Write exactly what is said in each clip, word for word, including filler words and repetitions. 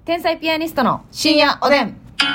天才ピアニストの深夜おでん。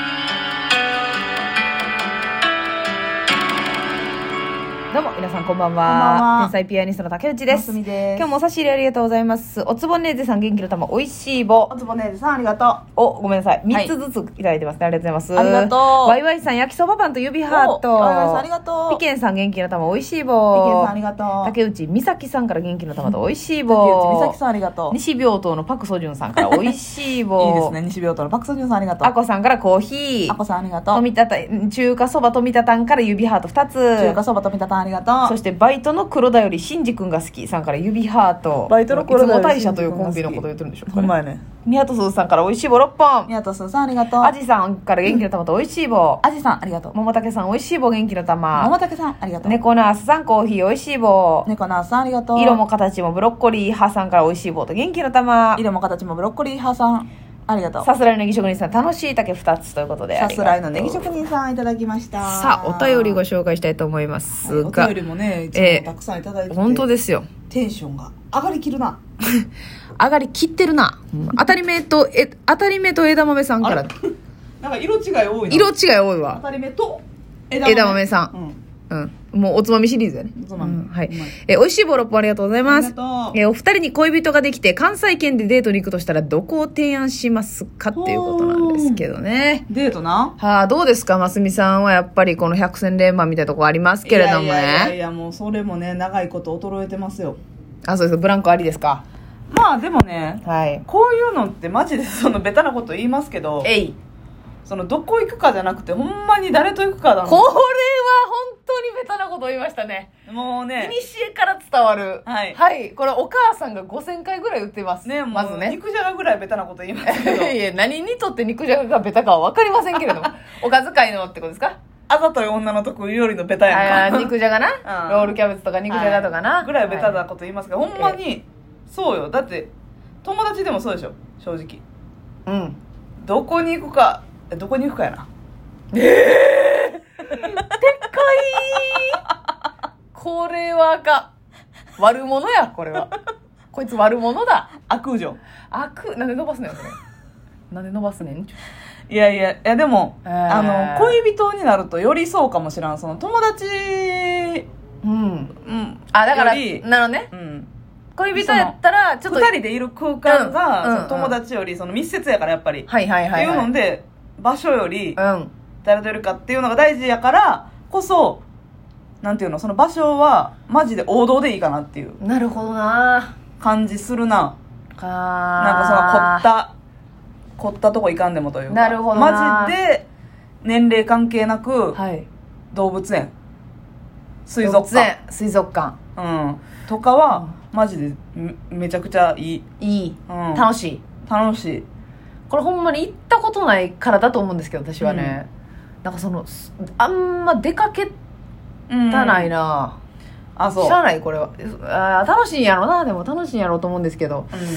どうも皆さんこんばんは。 こんばんは。 天才ピアニストの竹内です。 ますみです。 今日もお差し入れありがとうございます。おつぼねーぜさん、元気の玉おいしい棒。 おつぼねーぜさん、ありがとお、ごめんなさい、 はいみっつずついただいてますね。ありがとうございます。 ありがとう。 ワイワイさん、焼きそばパンと指ハート。 おワイワイさんありがとう。 ピケンさん、元気の玉おいしい棒。 ピケンさんありがとう。 竹内美咲さんから元気の玉とおいしい棒。 竹内美咲さんありがとう。 西病棟のパクソジュンさんからおいしい棒。 いいですね。西病棟のパクソジュンさんありがとう。 あこさんからコーヒー。 あこさんありがとう。 富田た中華そば富田たんから指ハートふたつ。 中華そばとみたたんありがとう。 そしてバイトの黒田よりしんじ君が好きさんから指ハート。 バイトの黒田よりいつも大社というコンビのこと言ってるんでしょうか、 ほんまやね。 宮戸すずさんからおいしい棒ろっぽん。 宮戸すずさんありがとう。 あじさんから元気の玉とおいしい棒。 あじさんありがとう。 桃竹さんおいしい棒元気の玉。 桃竹さんありがとう。 猫ナースさんコーヒーおいしい棒。 猫ナースさんありがとう。 色も形もブロッコリー派さんからおいしい棒と元気の玉。 色も形もブロッコリー派さんありがとう。 さすらいのネギ職人さん楽しい竹ふたつということで、 さすらいのネギ職人さんいただきました。 さあお便りご紹介したいと思いますはい、 が、 お便りもねいつもたくさんいただいてて、 えー、本当ですよ。 テンションが上がりきるな上がりきってるな、うん、当たり目とえ当たり目と枝豆さんからなんか色違い多いな。 色違い多いわ。 当たり目と枝豆、枝豆さん、 うんうん、もうおつまみシリーズやね。 おつまみ、 うん、はい。 うまい。 え、おいしい棒ろっぽんありがとうございます。 ありがとう。 え、お二人に恋人ができて関西圏でデートに行くとしたらどこを提案しますかっていうことなんですけどね。 デートな。 はあ、どうですかますみさんは。やっぱりこの百戦錬磨みたいなとこありますけれどもね。 いやいやいやいや、もうそれもね長いこと衰えてますよ。 あ、そうです。ブランコありですか。 まあでもね、 はい。 こういうのってマジでそのベタなこと言いますけど、 えい。 そのどこ行くかじゃなくてほんまに誰と行くかだもん。 これは本当にベタなこと言いましたね。 もうね、 いにしえから伝わる。 はい、 はい。これお母さんがごせんかいぐらい言ってますね。 まずね、 肉じゃがぐらいベタなこと言いますけどいや何にとって肉じゃががベタかは分かりませんけれどもおかず会のってことですか。 あざとい女のとこよりのベタやんか。 あ肉じゃがな、 うん、 ロールキャベツとか肉じゃがとかな、 はい、ぐらいベタなこと言いますけど、はい、ほんまにそうよ。だって友達でもそうでしょ正直。 うん。 どこに行くかどこに行くかやな。 ええー、でっかいこれはあかん。悪者やこれは。こいつ悪者だ。 悪女。 悪なんで伸ばすねんそれ。なんで伸ばすねん。 いやいやいやでも、 えー、 あの恋人になるとよりそうかもしれん。その友達うん、うん、あだからなるほどね、うん、恋人やったらちょっとふたりでいる空間が、 うんうん、 その友達よりその密接やからやっぱり、 はいはいはいはい、 っていうので場所よりうん誰といるかっていうのが大事やからこそ、なんていうの、その場所はマジで王道でいいかなっていうなるほどな感じするな。 かなんかその凝った凝ったとこ行かんでもというか、 なるほどなマジで年齢関係なく、 はい、 動物園水族館水族館、 うん、とかは、うん、マジで め, めちゃくちゃいいいい、 うん、 楽しい楽しい。 これほんまに行ったことないからだと思うんですけど私はね、うん、なんかそのあんま出かけたないな、 うん、あそう知らないこれはあ楽しいんやろな。でも楽しいんやろうと思うんですけど、うん、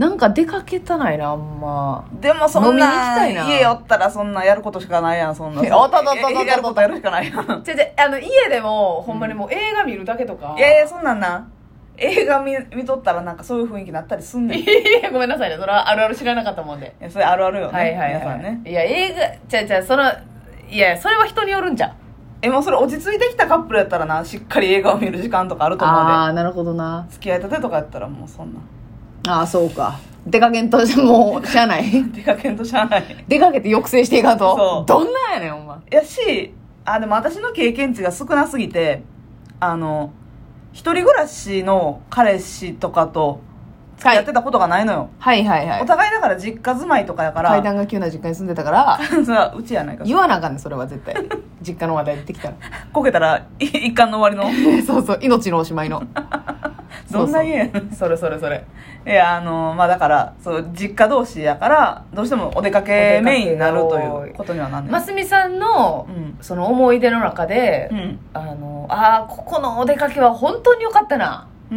なんか出かけたないなあんま。 でもそんな飲みに行きたいな。 家おったらそんなやることしかないやん。そんなおっとっとっとっとやることやるしかないやん。 ちょちょあの家でもほんまにもう映画見るだけとか、 うん、いやいやそんなんな映画 見, 見とったらなんかそういう雰囲気になったりすんねん。 いやごめんなさいねそれはあるある知らなかったもんで。 いやそれあるあるよね、 はいはいはい、 皆さんね。 いや映画ちゃちゃそのいやそれは人によるんじゃん。 えもうそれ落ち着いてきたカップルやったらなしっかり映画を見る時間とかあると思うで。 ああなるほどな。 付き合いたてとかやったらもうそんな。 ああそうか。出かけんともうしゃあない出かけんとしゃあない。 出かけて抑制していかんと。 そうどんなんやねんお前。 やしあでも私の経験値が少なすぎてあの一人暮らしの彼氏とかと付き合ってたことがないのよ、 はい、はいはいはい。 お互いだから実家住まいとかやから階段が急な実家に住んでたからそれはうちやないか。 言わなあかんねんそれは絶対実家の話題出てきたらこけたらい一貫の終わりのそうそう命のおしまいのどんな家やねん。 それそれそれ。 いやあのまあだからそう実家同士やからどうしてもお出かけメインになるということにはなんねん。 ますみさんの、うん、その思い出の中で、うん、あのあここのお出かけは本当に良かったな、うん、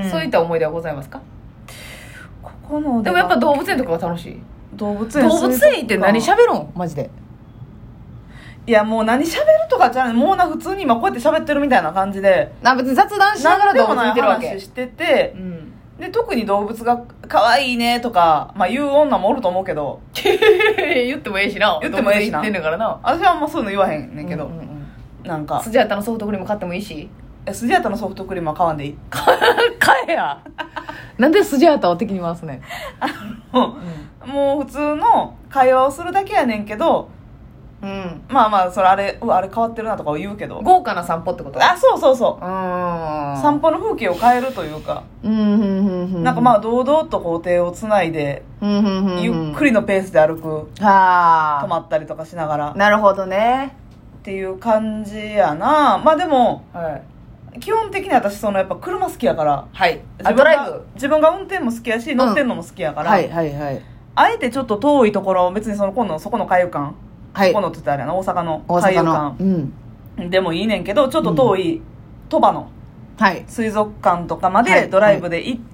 そういった思い出はございますか。 ここのでもやっぱ動物園とかが楽しい。 動物園動物園行って何喋るんマジで。 いやもう何喋るとかじゃない、もうな普通に今こうやって喋ってるみたいな感じで、 な別に雑談しながら動物見てるわけ。 何でもない話してて、 うん、 で特に動物が可愛いねとか、まあ、言う女もおると思うけど言ってもええしな。 言ってもええしな。 言ってんねんからな。 私はあんまそういうの言わへんねんけど、 うんうんうん、 なんかスジャータのソフトクリーム買ってもいいし。 えスジャータのソフトクリームは買わんでいい買えや。なんでスジャータを敵に回すねん。 もう、もう普通の会話をするだけやねんけど、 うん、 まあまあそれあれうわあれ変わってるなとか言うけど、 豪華な散歩ってこと？ あそうそうそう、 うん、 散歩の風景を変えるというか、 うんうんうんうん、 なんかまあ堂々とこう手をつないで、 うんうんうんうん、 ゆっくりのペースで歩く、 は止まったりとかしながら、 なるほどねっていう感じやな。まあでも、 はい、 基本的に私そのやっぱ車好きやから、 はい、 自分がドライブ自分が運転も好きやし乗ってんのも好きやから、 うん、はいはいはい、 あえてちょっと遠いところ、別にその今度そこの海遊館、はい、ここのって言ったらあれやな、大阪の海遊館、うん、でもいいねんけど、ちょっと遠い鳥羽の水族館とかまでドライブで行って、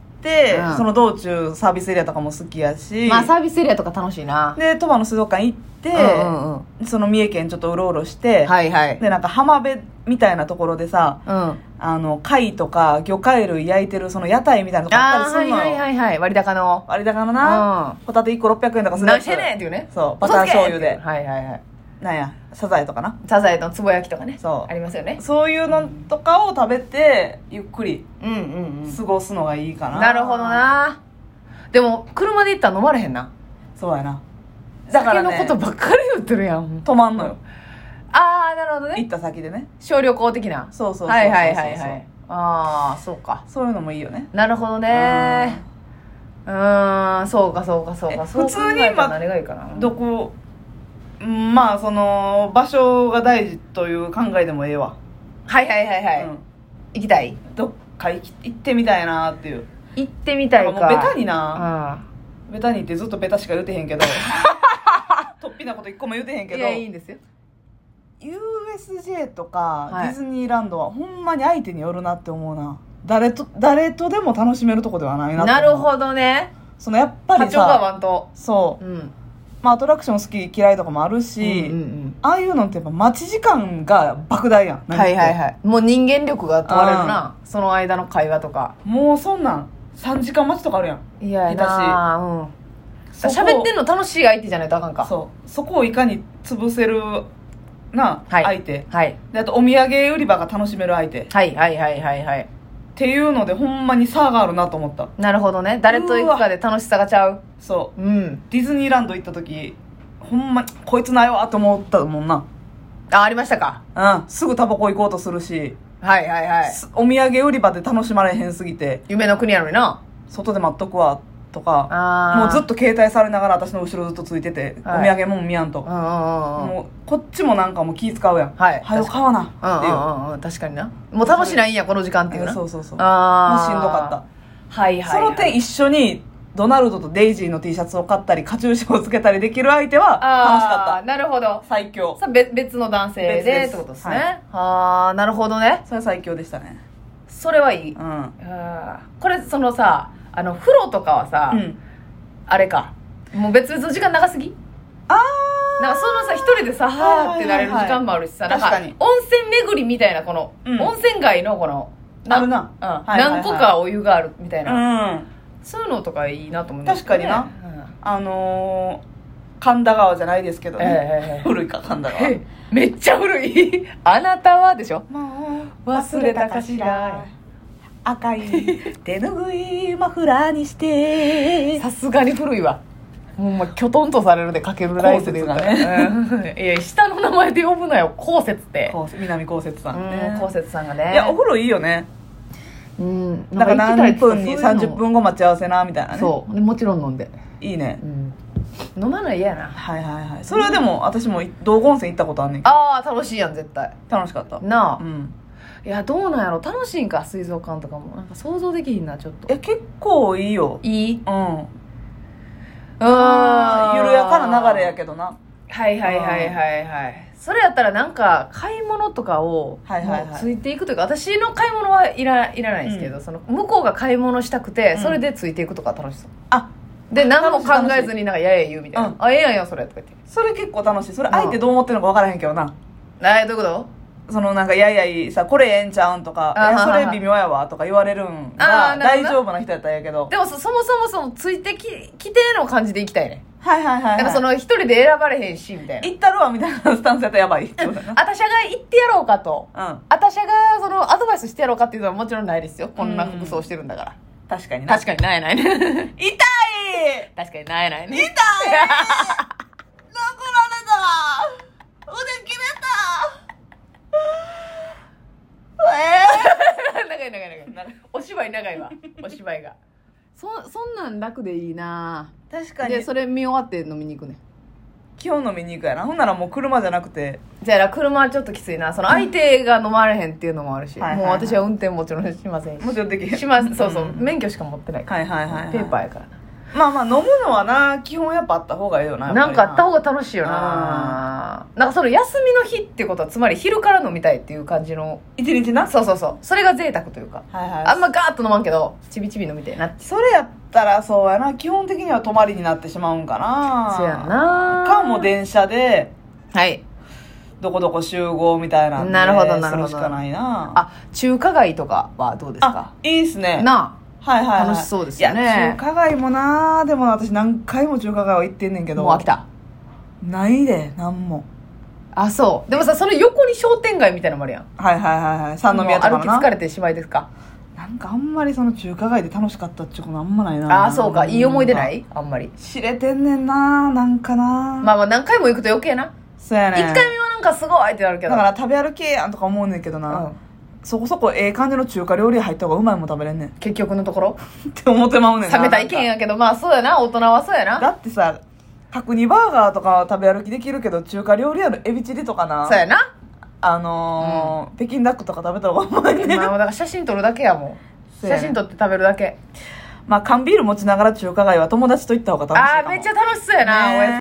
はいはい、その道中サービスエリアとかも好きやし、 まあサービスエリアとか楽しいな。 で鳥羽の水族館行って、うんうんうん、その三重県ちょっとうろうろして、はいはい、でなんか浜辺みたいなところでさ、うん、あの貝とか魚介類焼いてるその屋台みたいなのがあったりするのよ。 はいはいはいはい、割高の割高のな、うん、ホタテいっころっぴゃくえんとかするやつ。 何してねんっていうね。 そうバター醤油で、 はいはいはい、 なんやサザエとかな、 サザエのつぼ焼きとかね、 そうありますよね。 そういうのとかを食べてゆっくりうんうん過ごすのがいいかな、 うん、なるほどな。でも車で行ったら飲まれへんな。 そうやな。 だから、ね、酒のことばっかり言ってるやん。 止まんのよ。 ああなるほどね。 行った先でね、 小旅行的な。 そうそうそうそうそう、 はいはいはいはい、ああそうか、 そういうのもいいよね。 なるほどね。うーん、そうかそうかそうか。 普通に今何がいいかな、 どこ、まあその場所が大事という考えでもええわ。 はいはいはいはい、うん、行きたい、 どっか行き行ってみたいなっていう。 行ってみたいか。 もうベタにな、うん、ベタにってずっとベタしか言うてへんけどとっぴなこと一個も言うてへんけど、 いやいいんですよ。 ユーエスジェー とかディズニーランドはほんまに相手によるなって思うな。誰と誰とでも楽しめるとこではないなって思う。 なるほどね。 そのやっぱりさ、 波長がワンとそう、うん、まあアトラクション好き嫌いとかもあるし、うんうんうん、ああいうのってやっぱ待ち時間が莫大やん。 はいはいはい、もう人間力が問われるな、その間の会話とか。 もうそんなんさんじかん待ちとかあるやん。 いやいやな、うん、喋ってんの楽しい相手じゃないとあかんか。 そうそこをいかに潰せるな、はい、相手、 はい、 であとお土産売り場が楽しめる相手、 はいはいはいはいはい、 っていうのでほんまに差があるなと思った。 なるほどね。誰と行くかで楽しさがちゃう。 そう、 うん、 ディズニーランド行った時ほんまにこいつないわと思ったもんな。 あ、ありましたか。 うん、すぐタバコ行こうとするし、 はいはいはい、 お土産売り場で楽しまれへんすぎて夢の国やのにな、 外で待っとくわとか、もうずっと携帯されながら私の後ろずっとついてて、はい、お土産も見やんと、うんうんうん、もうこっちもなんかもう気使うやん、はい、はよ買わなっていう、 うんうんうん、確かにな、もう楽しないんやこの時間っていうな、 そうそうそう、あもうしんどかった、 はいはいはい、 その点一緒にドナルドとデイジーの T シャツを買ったりカチューシャをつけたりできる相手は楽しかった。 なるほど、 最強。 さ別別の男性でってことですね、はい、ああなるほどね。 それ最強でしたね。 それはいい、うん、あこれそのさ、あの風呂とかはさ、うん、あれかもう別々の時間長すぎ、 ああなんかそのさ一人でさはーってなれる時間もあるしさ、なんか温泉巡りみたいなこの、うん、温泉街のこのあるな、 うんはいはいはい、何個かお湯があるみたいな、うん、そういうのとかいいなと思いますね。 確かにな、うん、あのー、神田川じゃないですけどね、えー、古いか神田川めっちゃ古いあなたはでしょ、もう忘れたかしら赤い手ぬぐいマフラーにしてさすがに古いわ。もうまきょとんとされるでかけるライスで言うからね、いや下の名前で呼ぶなよ、こうせつって南こうせつさんね、 こうせつさんがね、 いやお風呂いいよね、うん、なんか何分にさんじゅっぷんご待ち合わせなみたいなね。 そうでもちろん飲んでいいね、 うん、飲まない嫌やな。 はいはいはい、それはでも、うん、私も道後温泉行ったことあんねんけど、 ああ楽しいやん絶対。 楽しかったなあ、 うん、 いやどうなんやろ、楽しいんか水族館とかもなんか想像できひんなちょっと。 え結構いいよ。 いい、 うんあ緩やかな流れやけどな。 はいはいはいはいはい。それやったらなんか買い物とかをついていくというか、私の買い物はいら、いらないですけど、うん、その向こうが買い物したくてそれでついていくとか楽しそう、うん、あで何も考えずになんかやや言うみたいな、うん、あええやんよそれとか言って、 それ結構楽しい。それ相手どう思ってるのか分からへんけどな、 うん、えどういうこそのなんかやいやいさこれええんちゃうんとかいやそれ微妙やわとか言われるんが大丈夫な人やったらやけど、 でもそもそもそのついてききての感じでいきたいね。 はいはいはい、はい、 なんかその一人で選ばれへんしみたいな、 行ったるわみたいなスタンスやったらやばいってことだな。 あたしゃが行ってやろうかと、 うん、あたしゃがそのアドバイスしてやろうかっていうのはもちろんないですよ。こんな服装してるんだから。 確かにな。 確かにないないね痛い確かにないないね。 痛い殴られた腕切れたえー、長い長い長いお芝居長いわお芝居がそ, そんなん楽でいいな。 確かに。 でそれ見終わって飲みに行くね。 基本飲みに行くやな。ほんならもう車じゃなくて、 じゃあ車はちょっときついな。その相手が飲まれへんっていうのもあるし、 はいはいはい、 もう私は運転もちろんしませんし。 もちろんできへんします。そうそう、うん、免許しか持ってないから。 はいはいはい、はい、 ペーパーやからな。 まあまあ飲むのはな基本やっぱあった方がいいよな。 なんかあった方が楽しいよな。なんかその休みの日っていうことはつまり昼から飲みたいっていう感じの一日な。 そうそうそう、それが贅沢というか、 はいはい、 あんまガーッと飲まんけどちびちび飲みたいなって。 それやったらそうやな、基本的には泊まりになってしまうんかな。 そうやな。 かも電車ではいどこどこ集合みたいなんで、 なるほどなるほど、 するしかないな。 あ、中華街とかはどうですか。 あ、いいっすね。 なあ、 はいはいはい、 楽しそうですよね。 いや中華街もな、でも私何回も中華街は行ってんねんけど、 もう飽きた。 ないで何も。 あ、そう。でもさ、その横に商店街みたいなのもあるやん。 はいはいはいはい、三宮とかのな。 歩き疲れてしまいですか。 なんかあんまりその中華街で楽しかったっていうことあんまないな。 あ、そうか。いい思い出ない？あんまり知れてんねんな、なんかな。 まあまあ何回も行くと余計な。 そうやね。 一回目はなんかすごいってなるけど、 だから食べ歩きやんとか思うねんけどな、うん、そこそこええ感じの中華料理入った方がうまいもん食べれんねん結局のところって思ってまうねんな。 冷めた意見やけど、まあそうやな、大人はそうやな。 だってさ、角煮バーガーとかは食べ歩きできるけど、中華料理屋のエビチリとかな、 そうやな、 あのーうん、北京ダックとか食べた方がうまいねん。 まあだから写真撮るだけやもん。写真撮って食べるだけ。 まあ缶ビール持ちながら中華街は友達と行った方が楽しいかも。 ああ、めっちゃ楽しそうやな、ね。